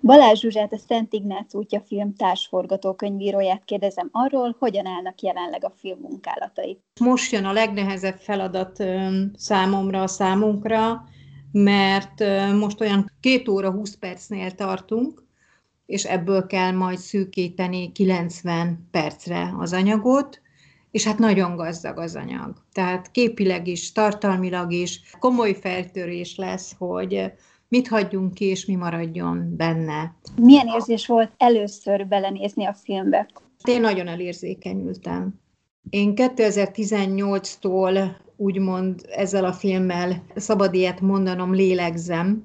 Balázs Zsuzsát, a Szent Ignác útja film társforgatókönyvíróját kérdezem arról, hogyan állnak jelenleg a film munkálatai. Most jön a legnehezebb feladat számunkra, mert most olyan 2 óra 20 percnél tartunk, és ebből kell majd szűkíteni 90 percre az anyagot, és hát nagyon gazdag az anyag. Tehát képileg is, tartalmilag is komoly feltörés lesz, hogy mit hagyjunk ki, és mi maradjon benne. Milyen érzés volt először belenézni a filmbe? Én nagyon elérzékenyültem. Én 2018-tól úgymond ezzel a filmmel, szabad ilyet mondanom, lélegzem,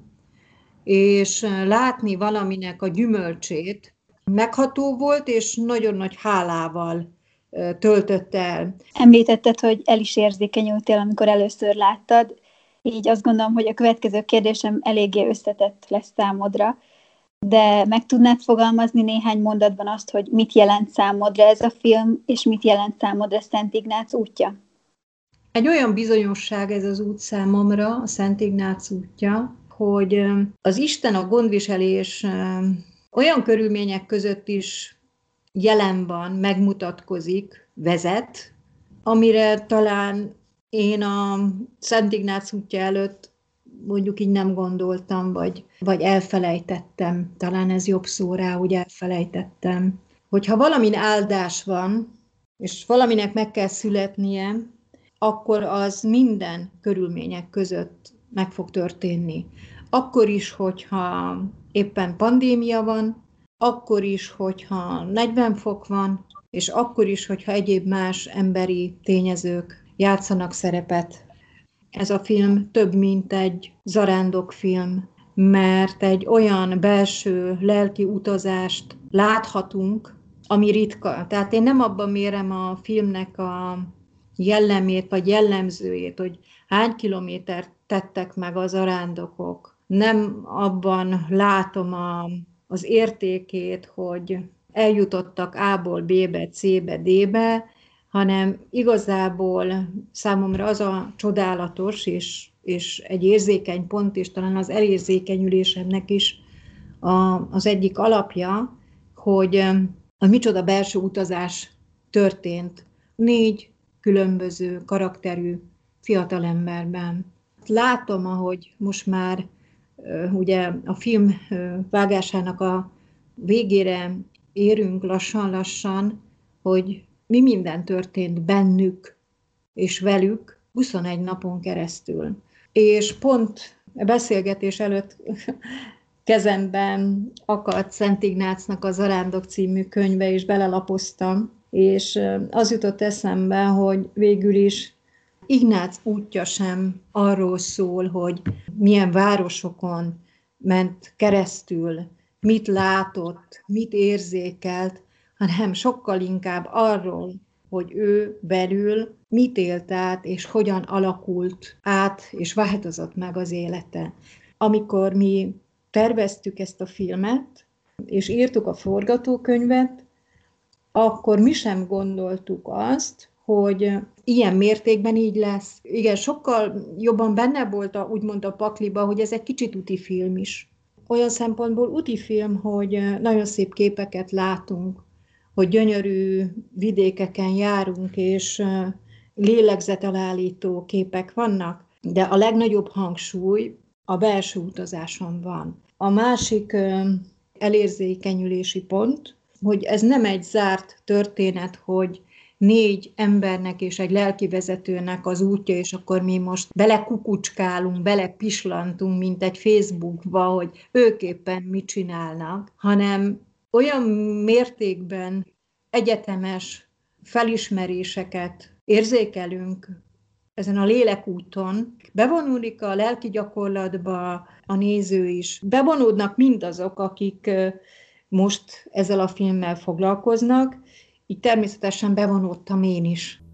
és látni valaminek a gyümölcsét megható volt, és nagyon nagy hálával töltött el. Említetted, hogy el is érzékenyültél, amikor először láttad, így azt gondolom, hogy a következő kérdésem eléggé összetett lesz számodra, de meg tudnád fogalmazni néhány mondatban azt, hogy mit jelent számodra ez a film, és mit jelent számodra Szent Ignác útja? Egy olyan bizonyosság ez az út számomra, a Szent Ignác útja, hogy az Isten, a gondviselés olyan körülmények között is jelen van, megmutatkozik, vezet, amire talán én a Szent Ignác útja előtt mondjuk így nem gondoltam, vagy elfelejtettem, talán ez jobb szó rá, hogy elfelejtettem. Hogyha valamin áldás van, és valaminek meg kell születnie, akkor az minden körülmények között meg fog történni. Akkor is, hogyha éppen pandémia van, akkor is, hogyha 40 fok van, és akkor is, hogyha egyéb más emberi tényezők játszanak szerepet. Ez a film több, mint egy zarándokfilm, mert egy olyan belső lelki utazást láthatunk, ami ritka. Tehát én nem abban mérem a filmnek a jellemét, vagy jellemzőjét, hogy hány kilométert tettek meg a zarándokok. Nem abban látom az értékét, hogy eljutottak A-ból B-be, C-be, D-be, hanem igazából számomra az a csodálatos, és egy érzékeny pont, és talán az elérzékenyülésemnek is az egyik alapja, hogy a micsoda belső utazás történt 4 különböző karakterű fiatalemberben. Látom, ahogy most már ugye a film vágásának a végére érünk lassan-lassan, hogy mi minden történt bennük és velük 21 napon keresztül. És pont a beszélgetés előtt kezemben akadt Szent Ignácnak a Zarándok című könyve, és belelapoztam, és az jutott eszembe, hogy végül is Ignác útja sem arról szól, hogy milyen városokon ment keresztül, mit látott, mit érzékelt, hanem sokkal inkább arról, hogy ő belül mit élt át, és hogyan alakult át, és változott meg az élete. Amikor mi terveztük ezt a filmet, és írtuk a forgatókönyvet, akkor mi sem gondoltuk azt, hogy ilyen mértékben így lesz. Igen, sokkal jobban benne volt úgymond a pakliba, hogy ez egy kicsit úti film is. Olyan szempontból úti film, hogy nagyon szép képeket látunk, hogy gyönyörű vidékeken járunk, és lélegzetelállító képek vannak, de a legnagyobb hangsúly a belső utazáson van. A másik elérzékenyülési pont, hogy ez nem egy zárt történet, hogy 4 embernek és egy lelkivezetőnek az útja, és akkor mi most belekukucskálunk, belepislantunk, mint egy Facebookba, hogy ők éppen mit csinálnak, hanem olyan mértékben egyetemes felismeréseket érzékelünk ezen a lélekúton, bevonódik a lelki gyakorlatba a néző is, bevonódnak mindazok, akik most ezzel a filmmel foglalkoznak, így természetesen bevonódtam én is.